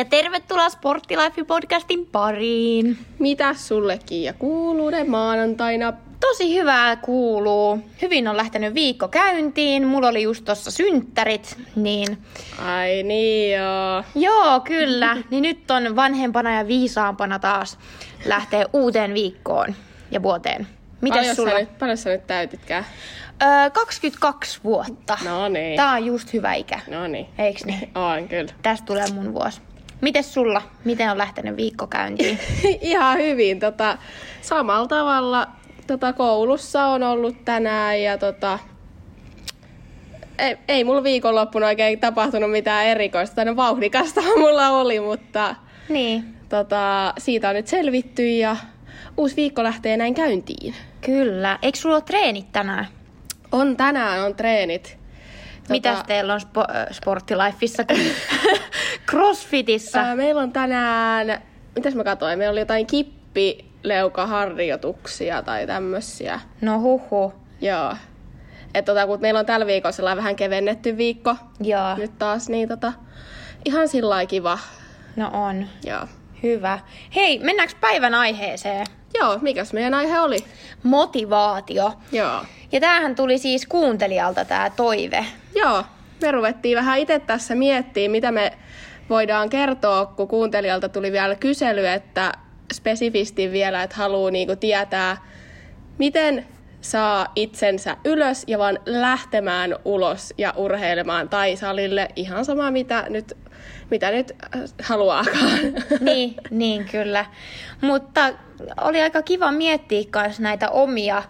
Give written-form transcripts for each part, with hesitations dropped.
Ja tervetuloa Sporttilife-podcastin pariin. Mitäs sulle Kiia kuuluu ne maanantaina? Tosi hyvää kuuluu. Hyvin on lähtenyt viikko käyntiin. Mulla oli just tossa synttärit, niin... Ai niin joo. Joo, kyllä. Niin nyt on vanhempana ja viisaampana taas lähtee uuteen viikkoon ja vuoteen. Mites sulla? Paljon sä nyt täytitkään? 22 vuotta. No niin. Tää on just hyvä ikä. No niin. Eiks niin? On kyllä. Tästä tulee mun vuosi. Mites sulla? Miten on lähtenyt viikko käyntiin? Ihan hyvin. Samalla tavalla koulussa on ollut tänään ja ei mulla viikonloppuna oikein tapahtunut mitään erikoista. No vauhdikasta mulla oli, mutta Niin. Siitä on nyt selvitty ja uusi viikko lähtee näin käyntiin. Kyllä. Eikö sulla ole treenit tänään? Tänään on treenit. Mitäs teillä on Sporttilifeissa kuin CrossFitissa? Meillä on tänään, mitäs mä katsoin, meillä oli jotain kippileukaharjoituksia tai tämmösiä. No huhu. Joo. Kun meillä on tällä viikolla vähän kevennetty viikko. Joo. Nyt taas, niin ihan sillai kiva. No on. Joo. Hyvä. Hei, mennäänkö päivän aiheeseen? Joo, mikäs meidän aihe oli? Motivaatio. Joo. Ja tämähän tuli siis kuuntelijalta tää toive. Joo, me ruvettiin vähän itse tässä miettimään, mitä me voidaan kertoa, kun kuuntelijalta tuli vielä kysely, että spesifisti vielä, että haluaa niinku tietää, miten saa itsensä ylös ja vaan lähtemään ulos ja urheilemaan tai salille ihan sama, mitä nyt haluaakaan. Niin kyllä. Mutta oli aika kiva miettiä myös näitä omia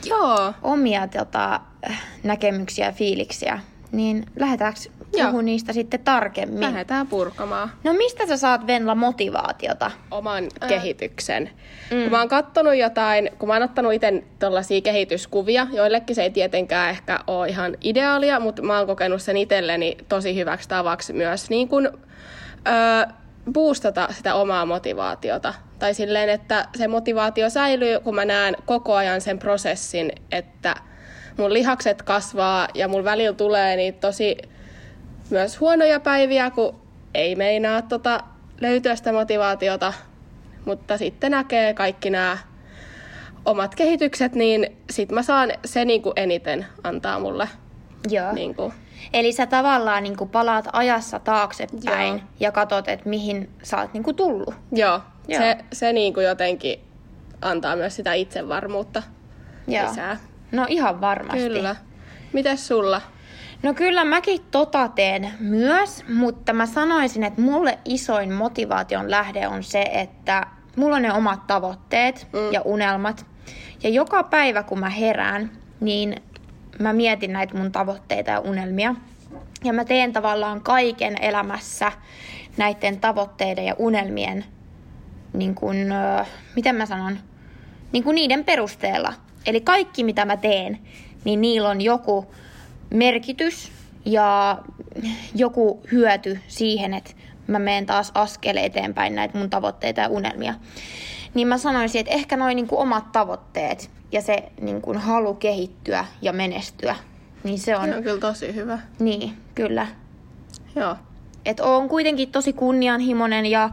näkemyksiä ja fiiliksiä. Niin lähdetäänkö puhumaan niistä sitten tarkemmin? Lähdetään purkamaan. No mistä sä saat, Venla, motivaatiota? Oman kehityksen. Kun mä oon kattonut jotain, kun mä oon ottanut itse tollaisia kehityskuvia, joillekin se ei tietenkään ehkä ole ihan ideaalia, mutta mä oon kokenut sen itselleni tosi hyväksi tavaksi myös niin kun, boostata sitä omaa motivaatiota. Tai silleen, että se motivaatio säilyy, kun mä näen koko ajan sen prosessin, että mun lihakset kasvaa ja mun välillä tulee niitä tosi myös huonoja päiviä, kun ei meinaa löytyä sitä motivaatiota, mutta sitten näkee kaikki nämä omat kehitykset, niin sit mä saan se niinku eniten antaa mulle. Joo. Niinku. Eli sä tavallaan niinku palaat ajassa taaksepäin. Joo. Ja katsot, että mihin sä oot niinku tullut. Joo. Joo. Se niinku jotenkin antaa myös sitä itsevarmuutta lisää. No ihan varmasti. Kyllä. Mites sulla? No kyllä mäkin teen myös, mutta mä sanoisin, että mulle isoin motivaation lähde on se, että mulla on ne omat tavoitteet ja unelmat. Ja joka päivä kun mä herään, niin mä mietin näitä mun tavoitteita ja unelmia. Ja mä teen tavallaan kaiken elämässä näiden tavoitteiden ja unelmien, niin kuin, miten mä sanon, niin kuin niiden perusteella. Eli kaikki mitä mä teen, niin niillä on joku merkitys ja joku hyöty siihen, että mä menen taas askel eteenpäin näitä mun tavoitteita ja unelmia. Niin mä sanoisin, että ehkä noin niin kuin omat tavoitteet ja se niin kuin halu kehittyä ja menestyä, niin se on... Se on kyllä tosi hyvä. Niin, kyllä. Joo. Että oon kuitenkin tosi kunnianhimoinen ja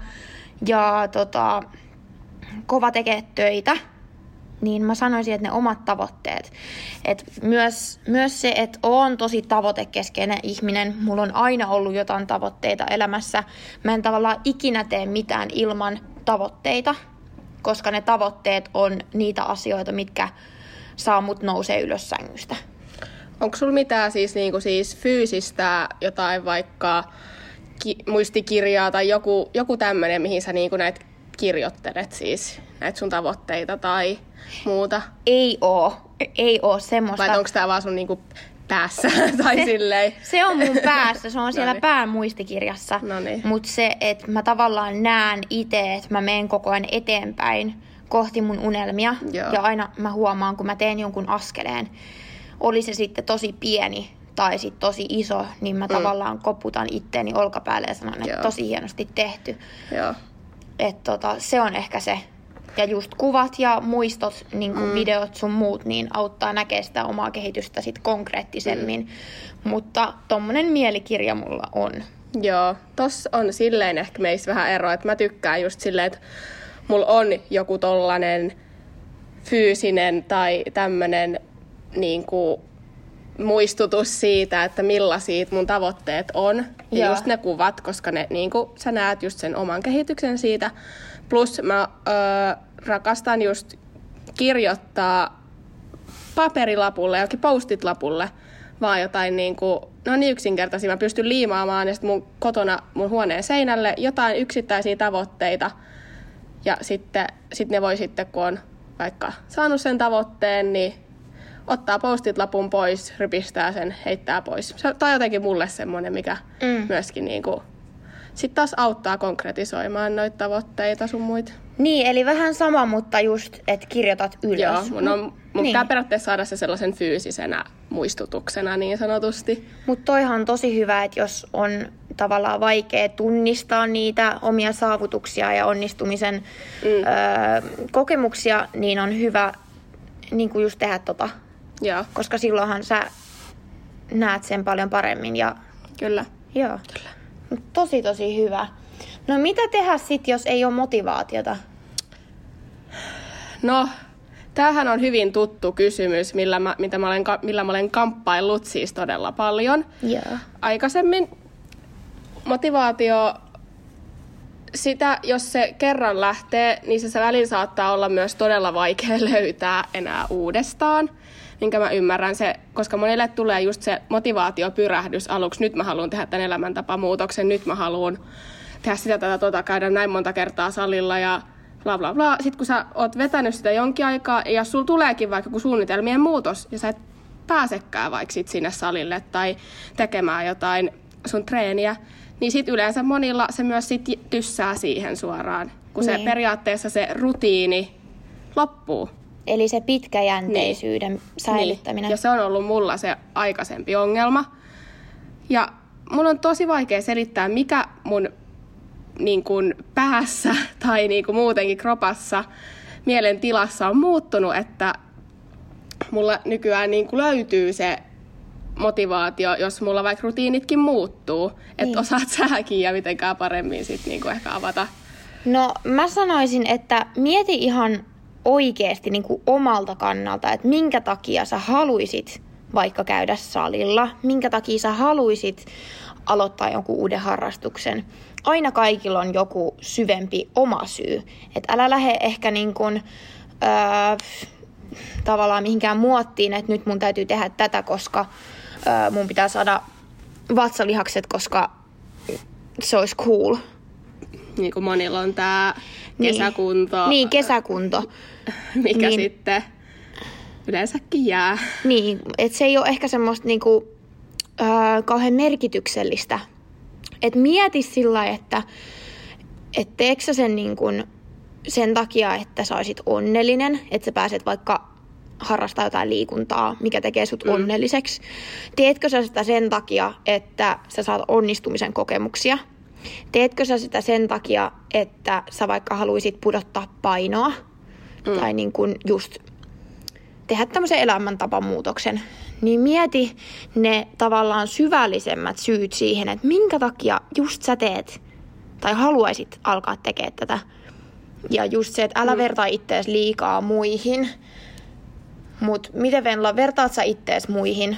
kova tekee töitä. Niin mä sanoisin, että ne omat tavoitteet. Et myös se, että oon tosi tavoitekeskeinen ihminen. Mulla on aina ollut jotain tavoitteita elämässä. Mä en tavallaan ikinä tee mitään ilman tavoitteita, koska ne tavoitteet on niitä asioita, mitkä saa mut nousee ylös sängystä. Onko sulla mitään siis fyysistä jotain vaikka muistikirjaa tai joku tämmöinen, mihin sä näitä kirjoittelet siis näitä sun tavoitteita tai muuta? Ei oo semmoista. Vai onko tää vaan sun päässä tai silleen? Se on mun päässä, se on siellä pään muistikirjassa. Mutta se, että mä tavallaan näen itse, että mä menen koko ajan eteenpäin kohti mun unelmia. Joo. Ja aina mä huomaan, kun mä teen jonkun askeleen, oli se sitten tosi pieni tai sitten tosi iso, niin mä tavallaan koputan itteeni olkapäälle ja sanon, että tosi hienosti tehty. Joo. Se on ehkä se. Ja just kuvat ja muistot, niin kuin videot sun muut, niin auttaa näkemään sitä omaa kehitystä sit konkreettisemmin. Mutta tommonen mielikirja mulla on. Joo, tossa on silleen ehkä meissä vähän ero, että mä tykkään just silleen, että mulla on joku tollanen fyysinen tai tämmönen niinku muistutus siitä, että millaisia mun tavoitteet on. Ja just ne kuvat, koska ne, niinku, sä näet just sen oman kehityksen siitä. Plus mä rakastan just kirjoittaa paperilapulle, jokin post-it-lapulle, vaan jotain niinku, no niin yksinkertaisia. Mä pystyn liimaamaan ja sitten mun kotona mun huoneen seinälle jotain yksittäisiä tavoitteita. Ja sitten ne voi sitten, kun on vaikka saanut sen tavoitteen, niin ottaa post-it-lapun pois, rypistää sen, heittää pois. Se on jotenkin mulle semmoinen, mikä myöskin niinku sitten taas auttaa konkretisoimaan noita tavoitteita sun muita. Niin, eli vähän sama, mutta just, että kirjoitat ylös. Joo, mun pitää periaatteessa saada se sellaisen fyysisenä muistutuksena niin sanotusti. Mutta toihan on tosi hyvä, että jos on tavallaan vaikea tunnistaa niitä omia saavutuksia ja onnistumisen kokemuksia, niin on hyvä niin kuin just tehdä tota. Joo. Koska silloinhan sä näet sen paljon paremmin. Ja... Kyllä. Joo. Kyllä. Tosi hyvä. No mitä tehdä sitten, jos ei ole motivaatiota? No, tämähän on hyvin tuttu kysymys, millä mä olen kamppaillut siis todella paljon. Joo. Aikaisemmin motivaatio, sitä jos se kerran lähtee, niin se välillä saattaa olla myös todella vaikea löytää enää uudestaan. Minkä mä ymmärrän se, koska monille tulee just se motivaatiopyrähdys aluksi. Nyt mä haluan tehdä tämän elämäntapamuutoksen, nyt mä haluan tehdä sitä tätä käydä näin monta kertaa salilla ja bla bla bla. Sitten kun sä oot vetänyt sitä jonkin aikaa ja jos sulla tuleekin vaikka joku suunnitelmien muutos ja sä et pääsekään vaikka sit sinne salille tai tekemään jotain sun treeniä, niin sit yleensä monilla se myös sit tyssää siihen suoraan, kun se periaatteessa se rutiini loppuu. Eli se pitkäjänteisyyden säilyttäminen. Niin. Ja se on ollut mulla se aikaisempi ongelma. Ja mun on tosi vaikea selittää, mikä mun niin kun päässä tai niin kun muutenkin kropassa, mielentilassa on muuttunut, että mulla nykyään niin kun löytyy se motivaatio, jos mulla vaikka rutiinitkin muuttuu. Niin. Että osaat säkin ja mitenkään paremmin sit niin kun ehkä avata. No mä sanoisin, että mieti ihan oikeasti niin kuin omalta kannalta, että minkä takia sä haluisit vaikka käydä salilla, minkä takia sä haluisit aloittaa jonkun uuden harrastuksen. Aina kaikilla on joku syvempi oma syy. Että älä lähde ehkä niin kuin, tavallaan mihinkään muottiin, että nyt mun täytyy tehdä tätä, koska mun pitää saada vatsalihakset, koska se olisi cool. Niin kuin monilla on tää kesäkunto. Niin, kesäkunto. Mikä niin, sitten yleensäkin jää. Niin, että se ei ole ehkä semmoista niinku, kauhean merkityksellistä. Että mieti sillä, että teekö sä sen niinku sen takia, että sä olisit onnellinen, että sä pääset vaikka harrastaa jotain liikuntaa, mikä tekee sut onnelliseksi. Teetkö sä sitä sen takia, että sä saat onnistumisen kokemuksia? Teetkö sä sitä sen takia, että sä vaikka haluisit pudottaa painoa tai niin kuin just tehdä tämmöisen elämäntapamuutoksen, niin mieti ne tavallaan syvällisemmät syyt siihen, että minkä takia just sä teet tai haluaisit alkaa tekemään tätä. Ja just se, että älä vertaa ittees liikaa muihin. Mut miten Venla, vertaat sä ittees muihin?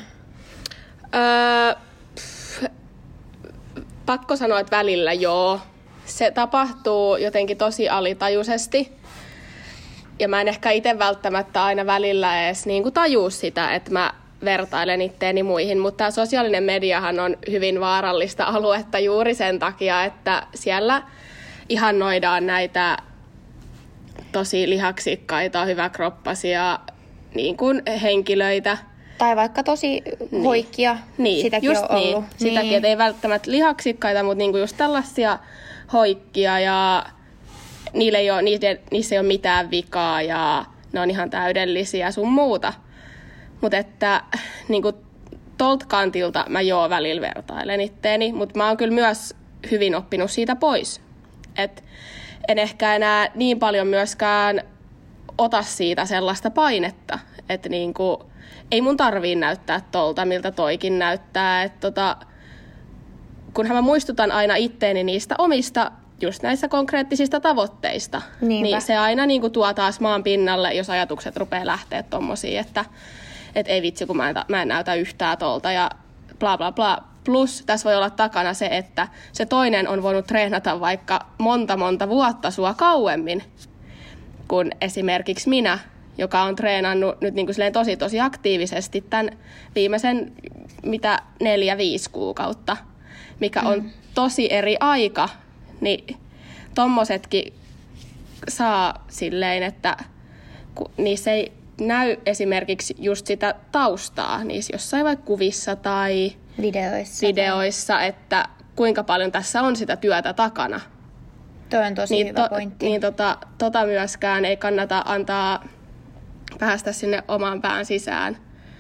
Pakko sanoa, että välillä joo. Se tapahtuu jotenkin tosi alitajuisesti. Ja mä en ehkä itse välttämättä aina välillä edes niin kuin tajuu sitä, että mä vertailen itteeni muihin. Mutta tämä sosiaalinen mediahan on hyvin vaarallista aluetta juuri sen takia, että siellä ihannoidaan näitä tosi lihaksikkaita, hyväkroppaisia niin kuin henkilöitä. Tai vaikka tosi hoikkia, niin, sitäkin just on ollut. Niin. Sitäkin, että ei välttämättä lihaksikkaita, mutta niinku just tällaisia hoikkia ja niissä ei ole mitään vikaa ja ne on ihan täydellisiä sun muuta. Mutta että niinku tolta kantilta mä välillä vertailen itteeni, mutta mä oon kyllä myös hyvin oppinut siitä pois. Et en ehkä enää niin paljon myöskään ota siitä sellaista painetta, että niinku ei mun tarvii näyttää tolta, miltä toikin näyttää. kunhan mä muistutan aina itteeni niistä omista just näissä konkreettisista tavoitteista, niin se aina niin kuin tuo taas maan pinnalle, jos ajatukset rupeaa lähteä tommosiin, että ei vitsi, kun mä en näytä yhtään tolta ja bla bla bla. Plus tässä voi olla takana se, että se toinen on voinut treenata vaikka monta vuotta sua kauemmin kuin esimerkiksi minä, joka on treenannut nyt niin kuin tosi aktiivisesti tämän viimeisen 4-5 kuukautta, mikä on tosi eri aika, niin tommosetkin saa silleen, että niissä ei näy esimerkiksi just sitä taustaa niissä jossain vaikka kuvissa tai videoissa, että kuinka paljon tässä on sitä työtä takana. Tuo on tosi hyvä pointti. Niin myöskään ei kannata antaa päästä sinne oman pään sisään,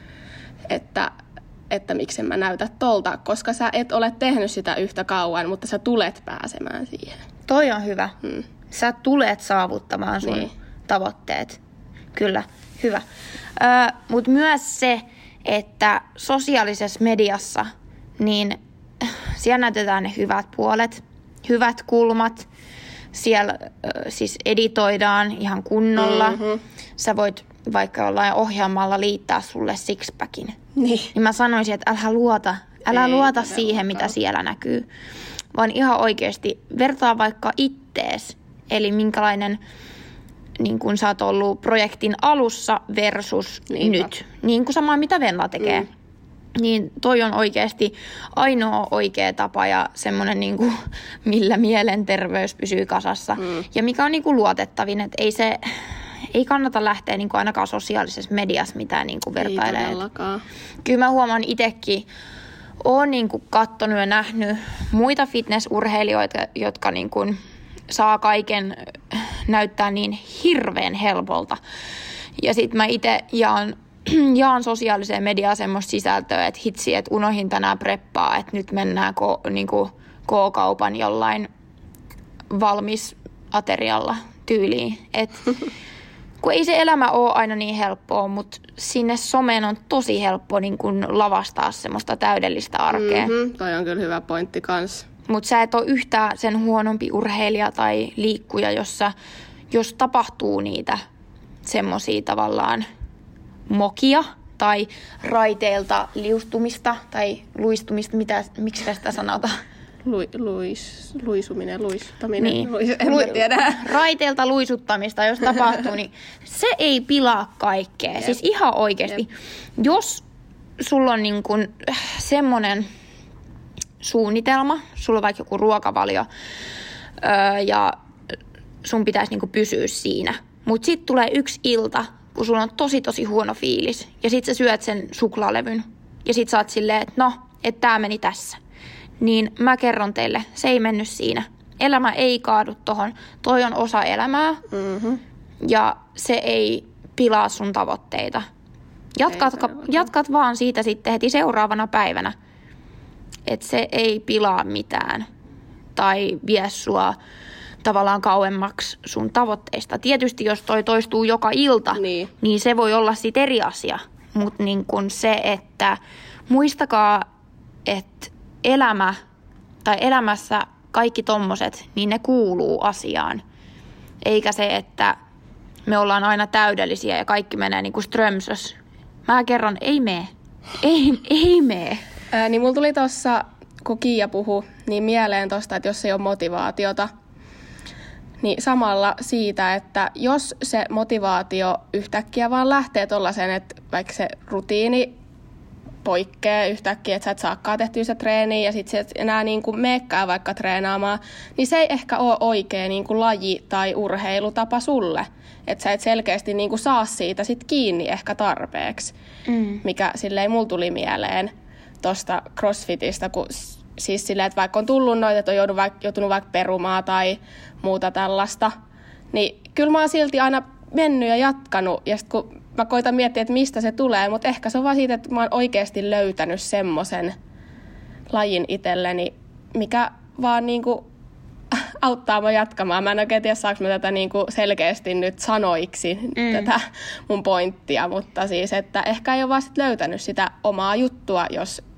että miksi mä näytä tolta, koska sä et ole tehnyt sitä yhtä kauan, mutta sä tulet pääsemään siihen. Toi on hyvä. Sä tulet saavuttamaan sun tavoitteet. Kyllä, hyvä. Mutta myös se, että sosiaalisessa mediassa, niin siellä näytetään ne hyvät puolet, hyvät kulmat. Siellä siis editoidaan ihan kunnolla. Sä voit vaikka jollain ohjelmalla liittää sulle sixpackin. Niin mä sanoisin, että älä luota siihen, mitä siellä näkyy. Vaan ihan oikeasti vertaa vaikka ittees. Eli minkälainen niin kun sä oot ollut projektin alussa versus nyt. Niin kuin sama mitä Venla tekee. Niin toi on oikeasti ainoa oikea tapa ja semmoinen, niin kuin, millä mielenterveys pysyy kasassa. Ja mikä on niin kuin luotettavin, että ei kannata lähteä niin kuin ainakaan sosiaalisessa mediassa mitään niin kuin vertailemaan. Kyllä mä huomaan itsekin, oon niin kuin katsonut ja nähnyt muita fitnessurheilijoita, jotka niin kuin saa kaiken näyttää niin hirveän helpolta. Ja sit mä itse jaan sosiaaliseen mediaan semmoista sisältöä, että hitsi, että unohin tänään preppaa, että nyt mennään K-kaupan jollain valmisaterialla tyyliin. Kun ei se elämä ole aina niin helppoa, mutta sinne someen on tosi helppo niin kun lavastaa semmoista täydellistä arkea. Toi on kyllä hyvä pointti kans. Mutta sä et ole yhtään sen huonompi urheilija tai liikkuja, jos tapahtuu niitä semmosia tavallaan mokia tai raiteilta liustumista tai luistumista, miksi sitä sanotaan? Luisuminen, luisuttaminen, niin. En tiedä. Raiteilta luisuttamista, jos tapahtuu, niin se ei pilaa kaikkea. Jep. Siis ihan oikeasti. Jos sulla on niin kuin semmoinen suunnitelma, sulla on vaikka joku ruokavalio ja sun pitäisi niin kuin pysyä siinä, mutta sitten tulee yksi ilta, kun sulla on tosi huono fiilis ja sit sä syöt sen suklaalevyn ja sit sä oot silleen, että no, että tää meni tässä. Niin mä kerron teille, se ei mennyt siinä. Elämä ei kaadu tohon. Toi on osa elämää ja se ei pilaa sun tavoitteita. Jatkat vaan siitä sitten heti seuraavana päivänä. Että se ei pilaa mitään tai vie sua tavallaan kauemmaksi sun tavoitteista. Tietysti jos toi toistuu joka ilta, niin se voi olla sit eri asia. Mutta niin kun se, että muistakaa, että elämä tai elämässä kaikki tommoset, niin ne kuuluu asiaan. Eikä se, että me ollaan aina täydellisiä ja kaikki menee niin kuin Strömsös. Mä kerron, ei mee. Ei mee. Niin mulla tuli tossa, kun Kiia puhui, niin mieleen tosta, että jos ei ole motivaatiota, niin samalla siitä, että jos se motivaatio yhtäkkiä vaan lähtee tollaisen, että vaikka se rutiini poikkeaa yhtäkkiä, että sä et saakaan tehtyä se treeniä ja sit sä et enää niin kuin meekään vaikka treenaamaan, niin se ei ehkä ole oikea niin kuin laji tai urheilutapa sulle. Että sä et selkeästi niin kuin saa siitä sit kiinni ehkä tarpeeksi, mikä silleen mulla tuli mieleen tosta CrossFitista, kun siis silleen, että vaikka on tullut noita, että on joutunut vaikka perumaan tai muuta tällaista, niin kyllä mä oon silti aina mennyt ja jatkanut ja sit kun mä koitan miettiä, että mistä se tulee, mutta ehkä se on vaan siitä, että mä oon oikeasti löytänyt semmoisen lajin itselleni, mikä vaan niinku auttaa mua jatkamaan. Mä en oikein tiedä, saanko mä tätä niinku selkeästi nyt sanoiksi, tätä mun pointtia, mutta siis, että ehkä ei ole vaan sit löytänyt sitä omaa juttua, jos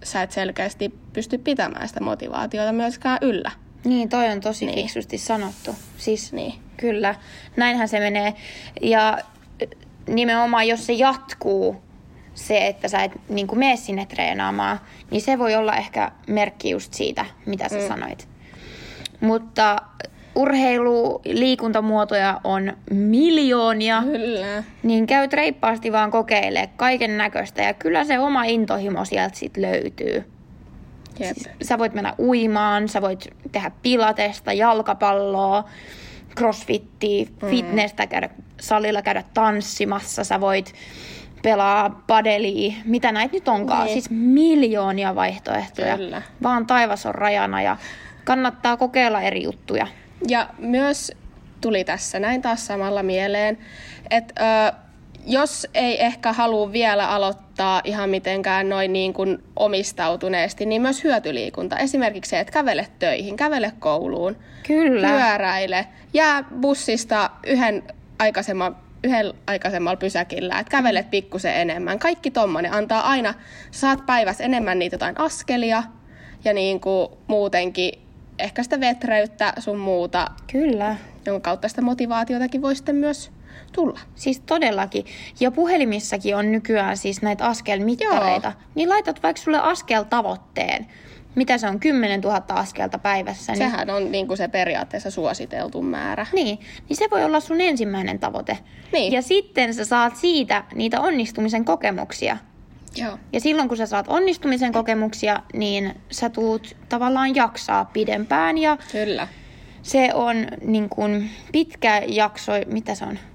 sä et selkeästi pysty pitämään sitä motivaatiota myöskään yllä. Niin, toi on tosi fiksusti sanottu. Siis kyllä, näinhän se menee. Ja nimenomaan, jos se jatkuu, se, että sä et niin kuin mene sinne treenaamaan, niin se voi olla ehkä merkki just siitä, mitä sä sanoit. Mutta urheilu, liikuntamuotoja on miljoonia. Kyllä. Niin käy reippaasti vaan kokeilee kaiken näköistä ja kyllä se oma intohimo sieltä sit löytyy. Jep. Siis sä voit mennä uimaan, sä voit tehdä pilatesta, jalkapalloa, crossfittiä, fitnessä, käydä salilla, käydä tanssimassa, sä voit pelaa padelia, mitä näitä nyt onkaan. Niin. Siis miljoonia vaihtoehtoja. Kyllä. Vaan taivas on rajana ja kannattaa kokeilla eri juttuja. Ja myös tuli tässä näin taas samalla mieleen, että jos ei ehkä halua vielä aloittaa ihan mitenkään noin niin kuin omistautuneesti, niin myös hyötyliikunta. Esimerkiksi se, että kävele töihin, kävele kouluun, Kyllä. pyöräile, jää bussista yhden aikaisemmalla pysäkillä, että kävelet pikkusen enemmän. Kaikki tommonen antaa aina, saat päivässä enemmän niitä jotain askelia ja niin kuin muutenkin ehkä sitä vetreyttä sun muuta. Kyllä. Jonka kautta sitä motivaatiotakin voi sitten myös tulla. Siis todellakin. Ja puhelimissakin on nykyään siis näitä askelmittareita. Joo. Niin laitat vaikka sulle askeltavoitteen. Mitä se on? 10 000 askelta päivässä. Sehän on niin kuin se periaatteessa suositeltu määrä. Niin se voi olla sun ensimmäinen tavoite. Niin. Ja sitten sä saat siitä niitä onnistumisen kokemuksia. Joo. Ja silloin kun sä saat onnistumisen kokemuksia, niin sä tuut tavallaan jaksaa pidempään. Ja Kyllä. se on niin kuin pitkä jakso, mitä se on?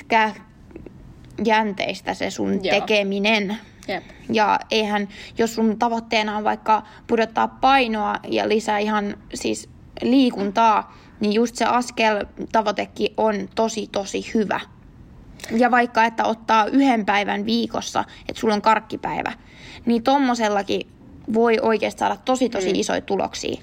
Pitkäjänteistä se sun tekeminen. Jep. Ja eihän, jos sun tavoitteena on vaikka pudottaa painoa ja lisää ihan siis liikuntaa, niin just se askel-tavoitekin on tosi hyvä. Ja vaikka, että ottaa 1 päivän viikossa, että sulla on karkkipäivä, niin tommosellakin voi oikeasti saada tosi isoja tuloksia.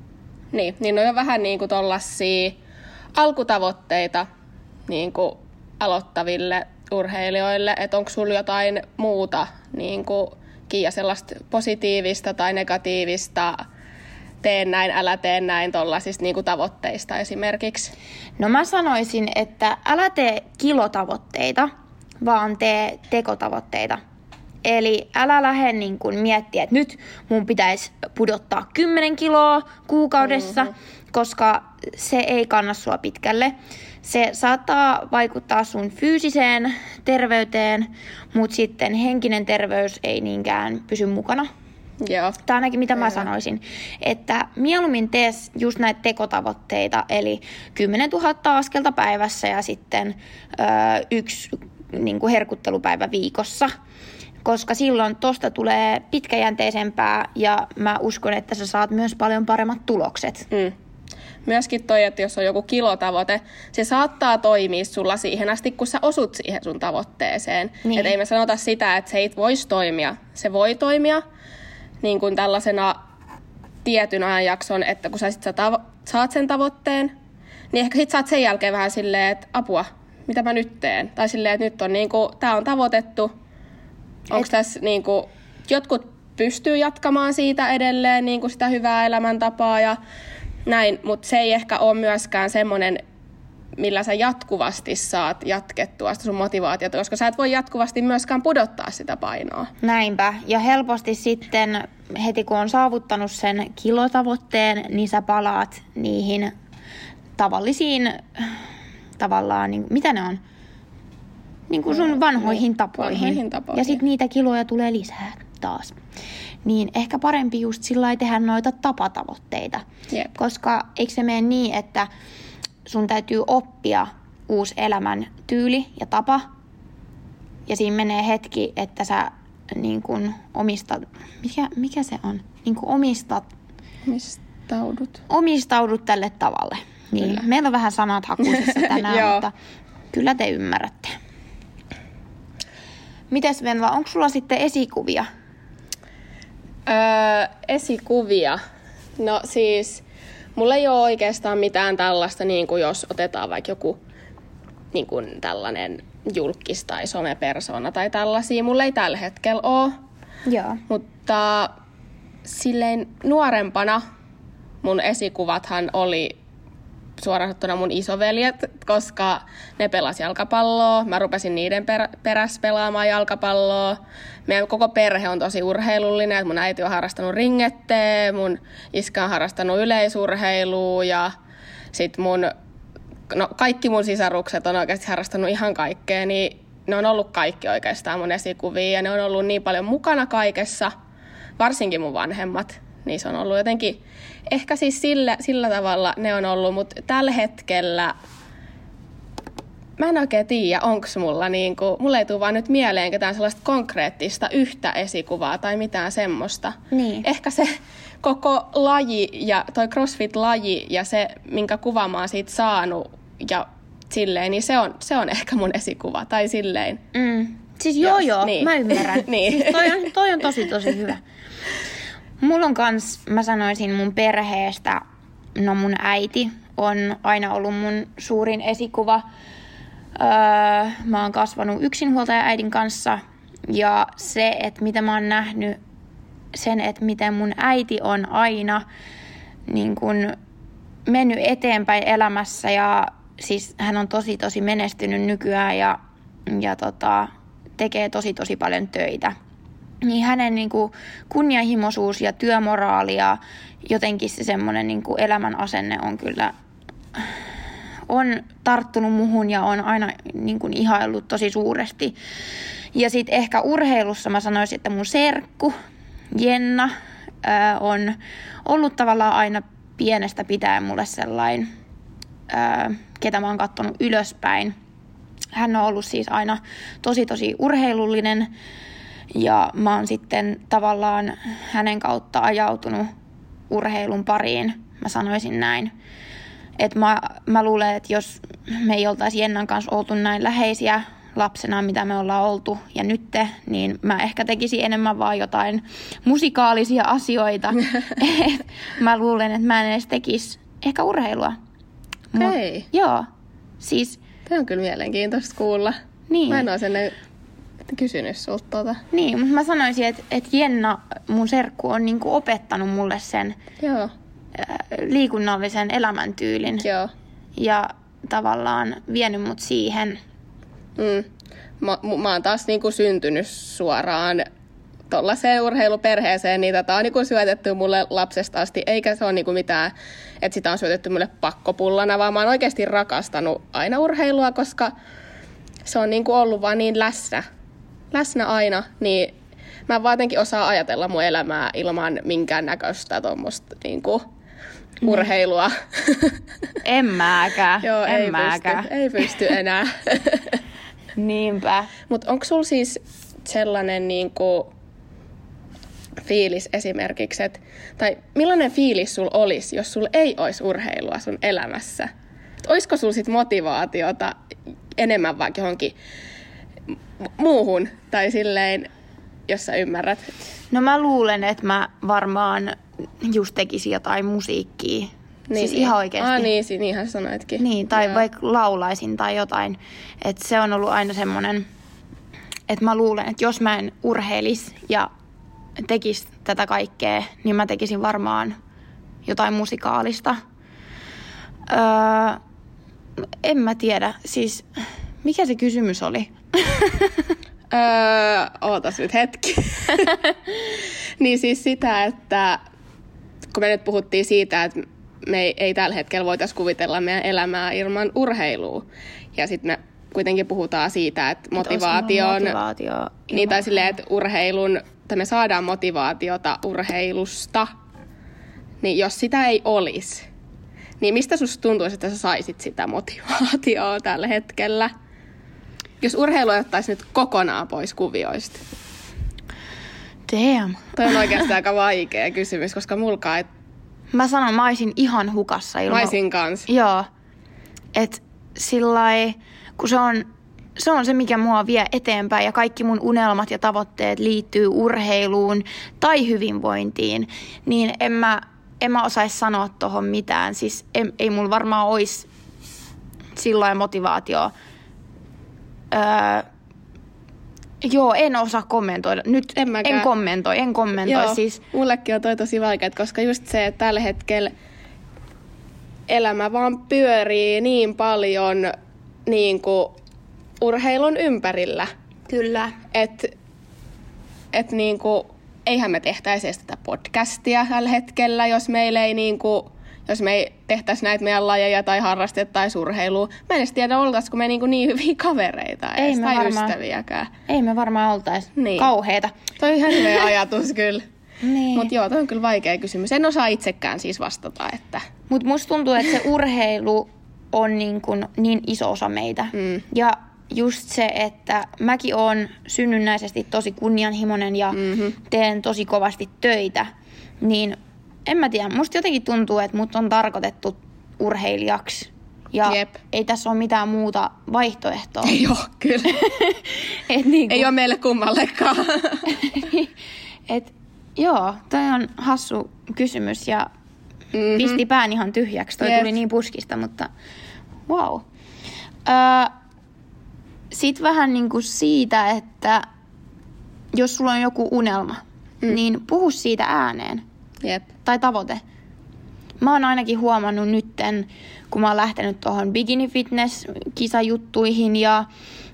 Niin on jo vähän niin kuin tollaisia alkutavoitteita niin kuin aloittaville urheilijoille, että onko sulla jotain muuta niin kuin Kiia sellaista positiivista tai negatiivista tee näin, älä tee näin tollaisista niin kuin tavoitteista esimerkiksi? No mä sanoisin, että älä tee kilotavoitteita, vaan tee tekotavoitteita. Eli älä lähde niin kuin miettiä, että nyt mun pitäisi pudottaa 10 kiloa kuukaudessa, koska se ei kanna sua pitkälle. Se saattaa vaikuttaa sun fyysiseen terveyteen, mutta sitten henkinen terveys ei niinkään pysy mukana. Joo. Tämä ainakin mitä mä sanoisin, että mieluummin tee just näitä tekotavoitteita, eli 10 000 askelta päivässä ja sitten 1 niin kuin herkuttelupäivä viikossa. Koska silloin tosta tulee pitkäjänteisempää ja mä uskon, että sä saat myös paljon paremmat tulokset. Myöskin toi, että jos on joku kilotavoite, se saattaa toimia sulla siihen asti, kun sä osut siihen sun tavoitteeseen. Niin. Että ei me sanota sitä, että se ei voisi toimia. Se voi toimia niin kuin tällaisena tietyn ajanjakson, että kun sä saat sen tavoitteen, niin ehkä sit saat sen jälkeen vähän silleen, että apua, mitä mä nyt teen? Tai silleen, että nyt on niinku, tää on tavoitettu. Onko tässä niinku, jotkut pystyy jatkamaan siitä edelleen niinku sitä hyvää elämäntapaa ja näin, mutta se ei ehkä ole myöskään semmoinen, millä sä jatkuvasti saat jatkettua sitä sun motivaatiota, koska sä et voi jatkuvasti myöskään pudottaa sitä painoa. Näinpä. Ja helposti sitten heti kun on saavuttanut sen kilotavoitteen, niin sä palaat niihin tavallisiin, tavallaan, niin, mitä ne on? Niin kuin sun vanhoihin tapoihin. Ja sitten niitä kiloja tulee lisää taas. Niin ehkä parempi just sillä lailla tehdä noita tapatavoitteita. Jep. Koska eikö se mene niin, että sun täytyy oppia uusi elämäntyyli ja tapa. Ja siinä menee hetki, että sä niin kun omistat, mikä se on? Niin kun omistaudut tälle tavalle. Niin, kyllä. Meillä on vähän sanat hakusessa tänään, mutta kyllä te ymmärrätte. Mites Venla, onko sulla sitten esikuvia? Esikuvia? No siis, mulla ei ole oikeastaan mitään tällaista, niin kuin jos otetaan vaikka joku niin kuin tällainen julkkis tai somepersona tai tällaisia. Mulla ei tällä hetkellä ole. Joo. Mutta silleen nuorempana mun esikuvathan oli suoraan sanottuna mun isoveljet, koska ne pelasi jalkapalloa. Mä rupesin niiden perässä pelaamaan jalkapalloa. Meidän koko perhe on tosi urheilullinen. Että mun äiti on harrastanut ringetteä, mun iskä on harrastanut yleisurheilua ja sit kaikki mun sisarukset on oikeasti harrastanut ihan kaikkea. Niin ne on ollut kaikki oikeastaan mun esikuvia ja ne on ollut niin paljon mukana kaikessa, varsinkin mun vanhemmat. Niin se on ollut jotenkin, ehkä siis sillä tavalla ne on ollut, mutta tällä hetkellä mä en oikein tiedä, onko mulla mulla ei tule vaan nyt mieleen ketään sellaista konkreettista yhtä esikuvaa tai mitään semmoista. Niin. Ehkä se koko laji ja toi CrossFit-laji ja se, minkä kuva mä oon siitä saanut ja silleen, niin se on ehkä mun esikuva tai silleen. Siis joo, niin. Mä ymmärrän. Niin. Siis toi on tosi hyvä. Mulla on kans, mä sanoisin mun perheestä, no mun äiti on aina ollut mun suurin esikuva. Mä oon kasvanut yksinhuoltaja äidin kanssa ja se, että mitä mä oon nähnyt, sen, että miten mun äiti on aina niin kun mennyt eteenpäin elämässä ja siis hän on tosi menestynyt nykyään ja tekee tosi paljon töitä. Niin hänen niin kuin kunnianhimoisuus ja työmoraali ja jotenkin se semmoinen niin kuin elämän asenne on kyllä on tarttunut muhun ja on aina niin kuin ihaillut tosi suuresti. Ja sitten ehkä urheilussa mä sanoisin, että mun serkku Jenna on ollut tavallaan aina pienestä pitäen mulle sellainen, ketä mä oon katsonut ylöspäin. Hän on ollut siis aina tosi urheilullinen. Ja mä oon sitten tavallaan hänen kautta ajautunut urheilun pariin, mä sanoisin näin. Että mä luulen, että jos me ei oltaisi Jennan kanssa oltu näin läheisiä lapsena, mitä me ollaan oltu ja nytte, niin mä ehkä tekisin enemmän vaan jotain musikaalisia asioita. Mä luulen, että mä en edes tekisi ehkä urheilua. Okei. Joo, siis... Tämä on kyllä mielenkiintoista kuulla. Niin. Mä en ole sen kysynyt sulta tuota. Niin, mutta mä sanoisin, että Jenna, mun serkku, on niinku opettanut mulle sen liikunnallisen elämäntyylin. Joo. Ja tavallaan vienyt mut siihen. Mä oon taas niinku syntynyt suoraan tollaiseen urheiluperheeseen. Niitä on niinku syötetty mulle lapsesta asti, eikä se ole niinku mitään, että sitä on syötetty mulle pakkopullana, vaan mä oon oikeasti rakastanut aina urheilua, koska se on niinku ollut vaan niin läsnä aina, niin mä en vaan jotenkin osaa ajatella mun elämää ilman minkäännäköistä tuommoista niinku urheilua. En mäkään. Joo, ei pysty enää. Niinpä. Mut onko sulla siis sellainen niinku fiilis esimerkiksi, tai millainen fiilis sulla olisi, jos sulla ei olisi urheilua sun elämässä? Olisiko sulla sit motivaatiota enemmän vaikka johonkin muuhun, tai silleen, jos sä ymmärrät? No mä luulen, että mä varmaan just tekisin jotain musiikkia. Niin, siis ihan oikeasti. Niinhän sanoitkin. Niin, tai vaikka laulaisin tai jotain. Että se on ollut aina semmoinen, että mä luulen, että jos mä en urheilis ja tekisi tätä kaikkea, niin mä tekisin varmaan jotain musikaalista. En mä tiedä. Siis, mikä se kysymys oli? Ootas nyt hetki. Niin siis sitä, että kun me nyt puhuttiin siitä, että me ei tällä hetkellä voitaisiin kuvitella meidän elämää ilman urheilua. Ja sitten me kuitenkin puhutaan siitä, että motivaatio niin, tai silleen, että urheilun, että me saadaan motivaatiota urheilusta. Niin jos sitä ei olisi, niin mistä susta tuntuisi, että sä saisit sitä motivaatiota tällä hetkellä? Jos urheilu ottaisi nyt kokonaan pois kuvioista. Damn. Toi on oikeastaan aika vaikea kysymys, koska mulkaan ei... Mä sanon, mä olisin ihan hukassa ilman... Mä olisin kans. Joo. Et sillai, kun se on se, mikä mua vie eteenpäin ja kaikki mun unelmat ja tavoitteet liittyy urheiluun tai hyvinvointiin, niin en mä osaisi sanoa tohon mitään. Siis ei mulla varmaan olisi sillain motivaatio. Joo, en osaa kommentoida. Nyt en kommentoi. Joo, siis. Mullekin on toi tosi vaikea, koska just se, että tällä hetkellä elämä vaan pyörii niin paljon niin kuin urheilun ympärillä. Kyllä. Että niin kuin, eihän me tehtäisi edes tätä podcastia tällä hetkellä, jos meillä ei niin kuin, jos me ei tehtäisi näitä meidän lajeja tai harrastettaisi urheilua. Mä en edes tiedä, oltaisiko me niin hyviä kavereita edes, tai ystäviäkään. Ei me varmaan oltaisi. Niin. Kauheita. Toi on ihan hyvä ajatus kyllä. Niin. Mutta joo, toi on kyllä vaikea kysymys. En osaa itsekään siis vastata. Mutta musta tuntuu, että se urheilu on niin iso osa meitä. Ja just se, että mäkin oon synnynnäisesti tosi kunnianhimoinen ja teen tosi kovasti töitä, niin en mä tiedä, musta jotenkin tuntuu, että mut on tarkoitettu urheilijaksi. Ja ei tässä ole mitään muuta vaihtoehtoa. Joo, kyllä. Ei ole meille kummallekaan. Joo, toi on hassu kysymys ja pisti pään ihan tyhjäksi. Toi tuli niin puskista, mutta wow. Sitten vähän niin kuin siitä, että jos sulla on joku unelma, niin puhu siitä ääneen. Jep. Tai tavoite. Mä oon ainakin huomannut nytten, kun mä oon lähtenyt tuohon bikini fitness -kisajuttuihin ja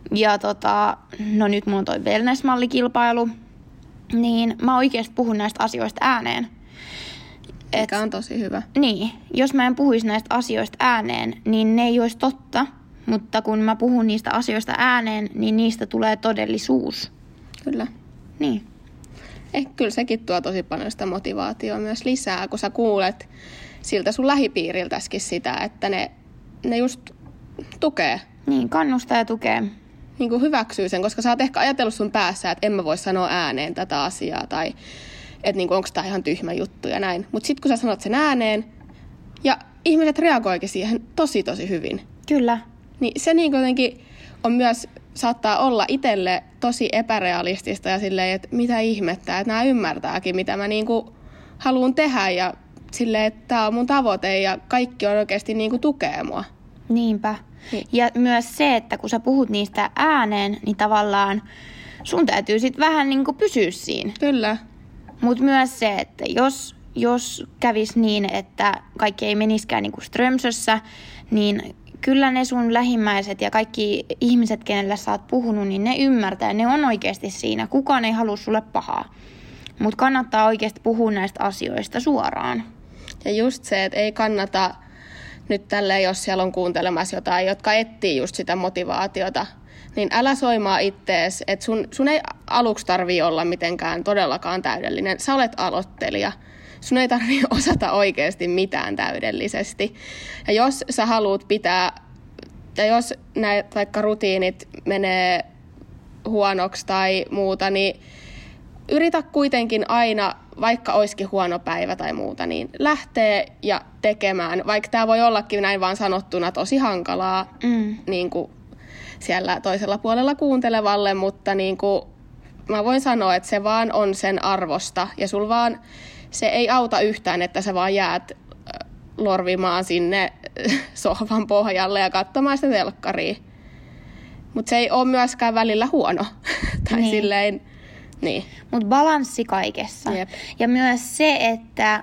no nyt mulla on toi wellness-mallikilpailu, niin mä oikeasti puhun näistä asioista ääneen. Mikä on tosi hyvä. Niin, jos mä en puhuisi näistä asioista ääneen, niin ne ei olisi totta, mutta kun mä puhun niistä asioista ääneen, niin niistä tulee todellisuus. Kyllä. Niin. Kyllä sekin tuo tosi paljon sitä motivaatiota myös lisää, kun sä kuulet siltä sun lähipiiriltäskin sitä, että ne just tukee. Niin, kannustaa ja tukee. Niin kuin hyväksyy sen, koska sä oot ehkä ajatellut sun päässä, että en mä voi sanoa ääneen tätä asiaa tai että niin onko tää ihan tyhmä juttu ja näin. Mutta sitten kun sä sanot sen ääneen ja ihmiset reagoikin siihen tosi tosi hyvin. Kyllä. Niin se niin jotenkin on myös, saattaa olla itselle tosi epärealistista ja silleen, että mitä ihmettä, että nämä ymmärtääkin, mitä mä niinku haluan tehdä ja silleen, että tää on mun tavoite ja kaikki on oikeasti niinku tukee mua. Niinpä. Niin. Ja myös se, että kun sä puhut niistä ääneen, niin tavallaan sun täytyy sit vähän niinku pysyä siinä. Kyllä. Mutta myös se, että jos kävisi niin, että kaikki ei meniskään niinku Strömsössä, niin kyllä ne sun lähimmäiset ja kaikki ihmiset, kenelle sä oot puhunut, niin ne ymmärtää. Ne on oikeasti siinä. Kukaan ei halua sulle pahaa. Mutta kannattaa oikeasti puhua näistä asioista suoraan. Ja just se, että ei kannata nyt tälleen, jos siellä on kuuntelemassa jotain, jotka etsii just sitä motivaatiota, niin älä soimaa ittees, että sun ei aluksi tarvii olla mitenkään todellakaan täydellinen. Sä olet aloittelija. Sun ei tarvitse osata oikeasti mitään täydellisesti. Ja jos sä haluat pitää, ja jos näitä vaikka rutiinit menee huonoksi tai muuta, niin yritä kuitenkin aina, vaikka olisikin huono päivä tai muuta, niin lähtee ja tekemään. Vaikka tämä voi ollakin näin vaan sanottuna tosi hankalaa niin kuin siellä toisella puolella kuuntelevalle, mutta niin kuin mä voin sanoa, että se vaan on sen arvosta ja sul vaan se ei auta yhtään, että sä vaan jäät lorvimaan sinne sohvan pohjalle ja katsomaan sitä telkkaria. Mutta se ei ole myöskään välillä huono. Tai niin. Silleen, niin. Mutta balanssi kaikessa. Jep. Ja myös se, että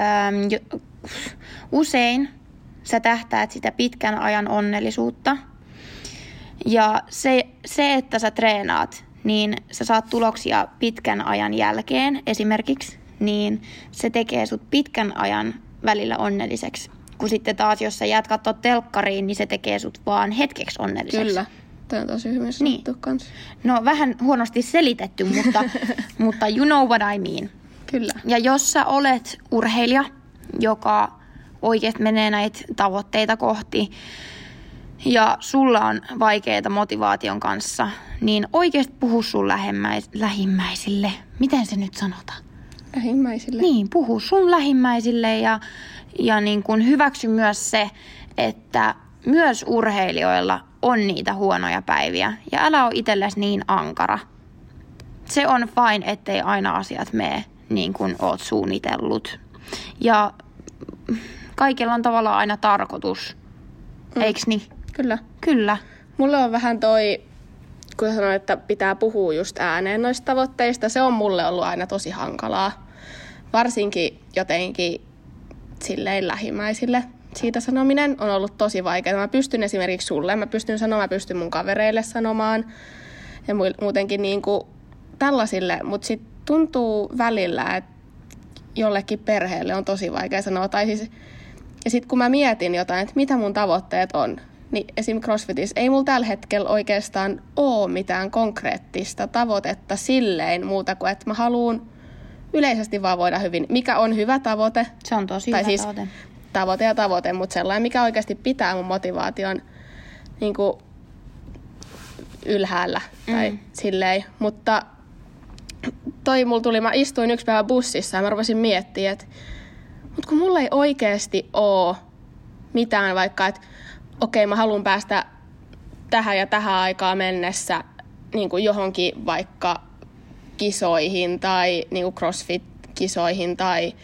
usein sä tähtäät sitä pitkän ajan onnellisuutta. Ja se, että sä treenaat, niin sä saat tuloksia pitkän ajan jälkeen esimerkiksi, niin se tekee sut pitkän ajan välillä onnelliseksi. Kun sitten taas, jos sä jäät kattoo telkkariin, niin se tekee sut vaan hetkeksi onnelliseksi. Kyllä. Tämä on tosi hyvin sanottu kanssa. No vähän huonosti selitetty, mutta you know what I mean. Kyllä. Ja jos sä olet urheilija, joka oikeasti menee näitä tavoitteita kohti ja sulla on vaikeita motivaation kanssa, niin oikeasti puhu sun lähimmäisille. Miten se nyt sanotaan? Lähimmäisille. Niin, puhu sun lähimmäisille ja niin kuin hyväksy myös se, että myös urheilijoilla on niitä huonoja päiviä. Ja älä ole itsellesi niin ankara. Se on fine, ettei aina asiat mene niin kuin oot suunnitellut. Ja kaikilla on tavallaan aina tarkoitus. Eiks niin? Kyllä. Kyllä. Mulla on vähän toi kun sanoin, että pitää puhua just ääneen noista tavoitteista, se on mulle ollut aina tosi hankalaa. Varsinkin jotenkin silleen lähimmäisille siitä sanominen on ollut tosi vaikeaa. Mä pystyn esimerkiksi sulle, mä pystyn mun kavereille sanomaan ja muutenkin niinku tällaisille, mutta sitten tuntuu välillä, että jollekin perheelle on tosi vaikea sanoa. Ja sitten kun mä mietin jotain, että mitä mun tavoitteet on, niin esim. CrossFitissa ei mulla tällä hetkellä oikeastaan ole mitään konkreettista tavoitetta silleen muuta kuin, että mä haluan yleisesti vaan voida hyvin. Mikä on hyvä tavoite? Se on tosi hyvä tavoite. Tavoite ja tavoite, mutta sellainen, mikä oikeasti pitää mun motivaation niin kuin ylhäällä tai silleen. Mutta mä istuin yksi päivä bussissa ja mä rupesin miettimään, että mutta kun mulla ei oikeasti ole mitään vaikka, että okei, mä haluan päästä tähän ja tähän aikaan mennessä niin kuin johonkin vaikka kisoihin tai niin kuin CrossFit-kisoihin tai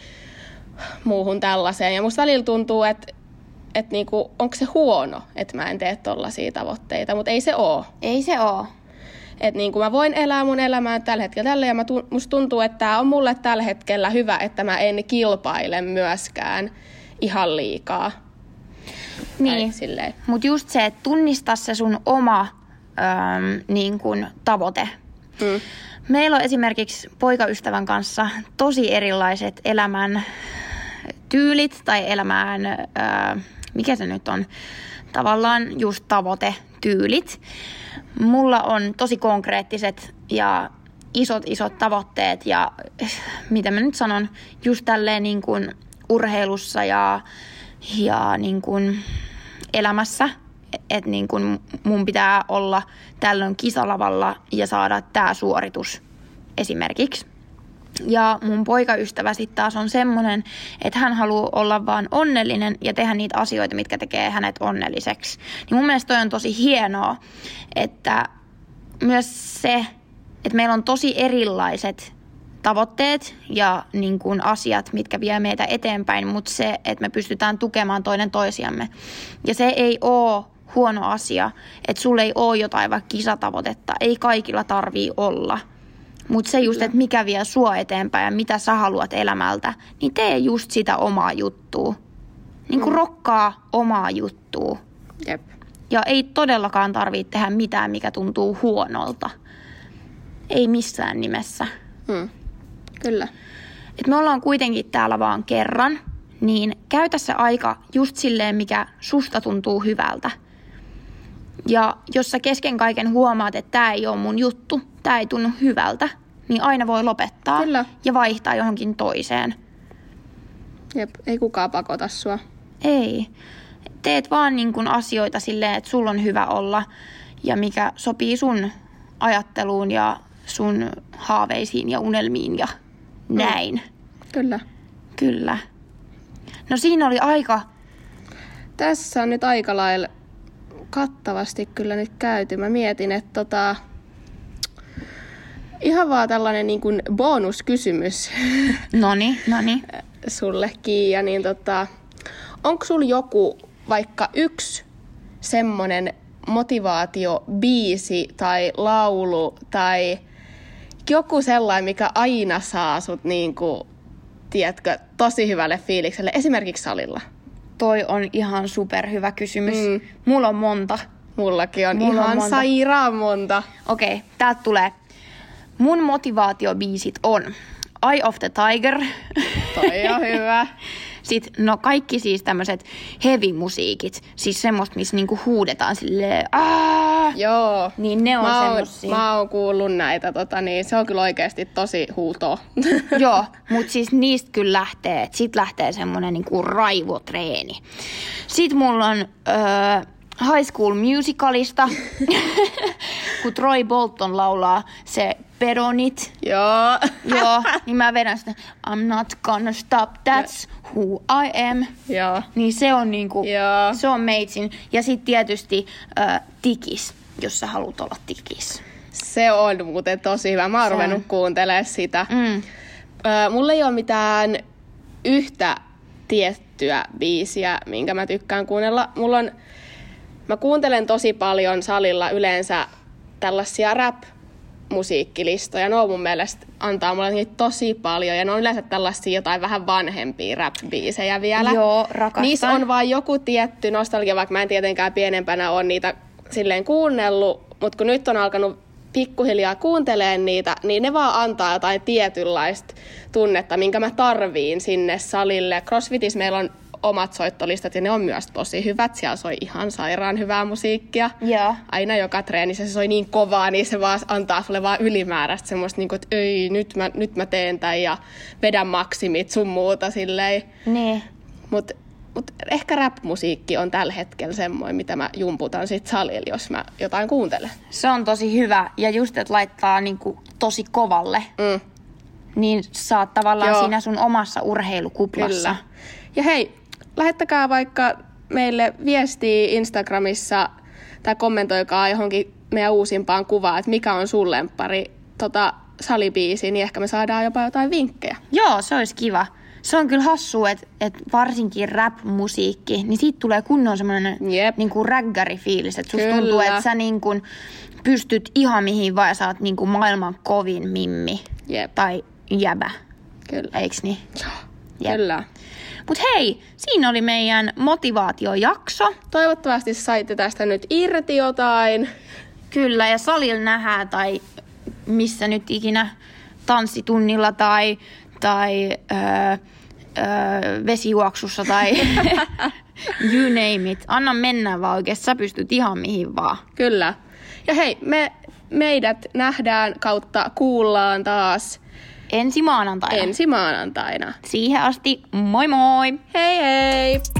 muuhun tällaiseen. Ja musta välillä tuntuu, että niin kuin, onko se huono, että mä en tee tollaisia tavoitteita, mutta ei se oo. Ei se oo. Että niin kuin mä voin elää mun elämää tällä hetkellä tällä ja musta tuntuu, että tää on mulle tällä hetkellä hyvä, että mä en kilpaile myöskään ihan liikaa. Niin, mutta just se, että tunnista se sun oma niin kun tavoite. Meillä on esimerkiksi poikaystävän kanssa tosi erilaiset elämän tyylit tai elämään, mikä se nyt on, tavallaan just tavoitetyylit. Mulla on tosi konkreettiset ja isot tavoitteet ja mitä mä nyt sanon, just tälleen niin kuin urheilussa ja niin kuin elämässä, että niin kuin mun pitää olla tällöin kisalavalla ja saada tää suoritus esimerkiksi. Ja mun poikaystävä sitten taas on semmonen, että hän haluaa olla vaan onnellinen ja tehdä niitä asioita, mitkä tekee hänet onnelliseksi. Niin mun mielestä toi on tosi hienoa, että myös se, että meillä on tosi erilaiset tavoitteet ja niin kuin asiat, mitkä vie meitä eteenpäin, mutta se, että me pystytään tukemaan toinen toisiamme. Ja se ei ole huono asia, että sulla ei ole jotain vaikka kisatavoitetta, ei kaikilla tarvii olla. Mutta se just, että mikä vie sua eteenpäin ja mitä sä haluat elämältä, niin tee just sitä omaa juttua. Niin kuin rokkaa omaa juttua. Jep. Ja ei todellakaan tarvitse tehdä mitään, mikä tuntuu huonolta. Ei missään nimessä. Kyllä. Et me ollaan kuitenkin täällä vaan kerran, niin käytä se aika just silleen, mikä susta tuntuu hyvältä. Ja jos sä kesken kaiken huomaat, että tää ei ole mun juttu, tää ei tunnu hyvältä, niin aina voi lopettaa. Kyllä. Ja vaihtaa johonkin toiseen. Jep, ei kukaan pakota sua. Ei. Teet vaan niin kun asioita silleen, että sulla on hyvä olla ja mikä sopii sun ajatteluun ja sun haaveisiin ja unelmiin ja näin. Kyllä. Kyllä. No siinä oli aika. Tässä on nyt aika lailla kattavasti kyllä nyt käyty. Mä mietin, että ihan vaan tällainen niin kuin bonuskysymys. Noni. Sulle, Kiia, niin onko sulla joku vaikka yksi semmonen motivaatiobiisi tai laulu tai joku sellainen, mikä aina saa sut niinku, tiedätkö, tosi hyvälle fiilikselle, esimerkiksi salilla? Toi on ihan superhyvä kysymys. Mulla on monta. Mullakin on ihan sairaan monta. Okei, täältä tulee. Mun motivaatiobiisit on Eye of the Tiger. Toi on hyvä. Sitten, no kaikki siis tämmöiset heavy-musiikit, siis semmoista, missä niinku huudetaan silleen Joo. Niin ne on semmosia. Mä oon kuullut näitä, niin se on kyllä oikeasti tosi huutoa. Joo, mutta siis niistä kyllä lähtee, sit lähtee semmonen niinku raivotreeni. Sitten mulla on High School Musicalista, kun Troy Bolton laulaa se Pedonit. Joo, niin mä vedän sitä I'm not gonna stop, that's who I am. Joo. Niin se on niinku, se on meitsin. Ja sit tietysti Tikis, jos sä haluat olla Tikis. Se on muuten tosi hyvä. Mä oon ruvennut kuuntelemaan sitä. Mulla ei ole mitään yhtä tiettyä biisiä, minkä mä tykkään kuunnella. Mä kuuntelen tosi paljon salilla yleensä tällaisia rap-musiikkilistoja. Ne on mun mielestä antaa mulle niitä tosi paljon. Ja ne on yleensä tällaisia jotain vähän vanhempia rap-biisejä vielä. Joo, rakastan. Niissä on vaan joku tietty nostalgia, vaikka mä en tietenkään pienempänä ole niitä silleen kuunnellut. Mutta kun nyt on alkanut pikkuhiljaa kuunteleen niitä, niin ne vaan antaa jotain tietynlaista tunnetta, minkä mä tarviin sinne salille. CrossFitissä meillä on omat soittolistat ja ne on myös tosi hyvät. Siellä soi ihan sairaan hyvää musiikkia. Joo. Aina joka treenissä se soi niin kovaa, niin se vaan antaa sulle vaan ylimääräistä semmoista, että ei, nyt mä teen tämän ja vedän maksimit sun muuta silleen. Niin. Mut ehkä rap-musiikki on tällä hetkellä semmoinen, mitä mä jumputan sit salilla, jos mä jotain kuuntelen. Se on tosi hyvä. Ja just, että laittaa niinku tosi kovalle. Niin sä oot tavallaan siinä sun omassa urheilukuplassa. Kyllä. Ja hei, lähettäkää vaikka meille viestiä Instagramissa tai kommentoikaa johonkin meidän uusimpaan kuvaan, että mikä on sun lemppari salibiisi, niin ehkä me saadaan jopa jotain vinkkejä. Joo, se olisi kiva. Se on kyllä hassua, että varsinkin rap-musiikki, niin siitä tulee kunnon semmoinen niinku rägkäri-fiilis. Että susta tuntuu, että sä niinku pystyt ihan mihin vaan ja sä oot niinku maailman kovin mimmi. Tai jäbä. Kyllä. Eiks niin? Joo. Kyllä. Mut hei, siinä oli meidän motivaatiojakso. Toivottavasti saitte tästä nyt irti jotain. Kyllä, ja salilla nähdään tai missä nyt ikinä tanssitunnilla tai vesijuoksussa tai you name it. Anna mennä vaan oikeesti, sä pystyt ihan mihin vaan. Kyllä. Ja hei, meidät nähdään kautta kuullaan taas ensi maanantaina. Siihen asti, moi moi! Hei hei!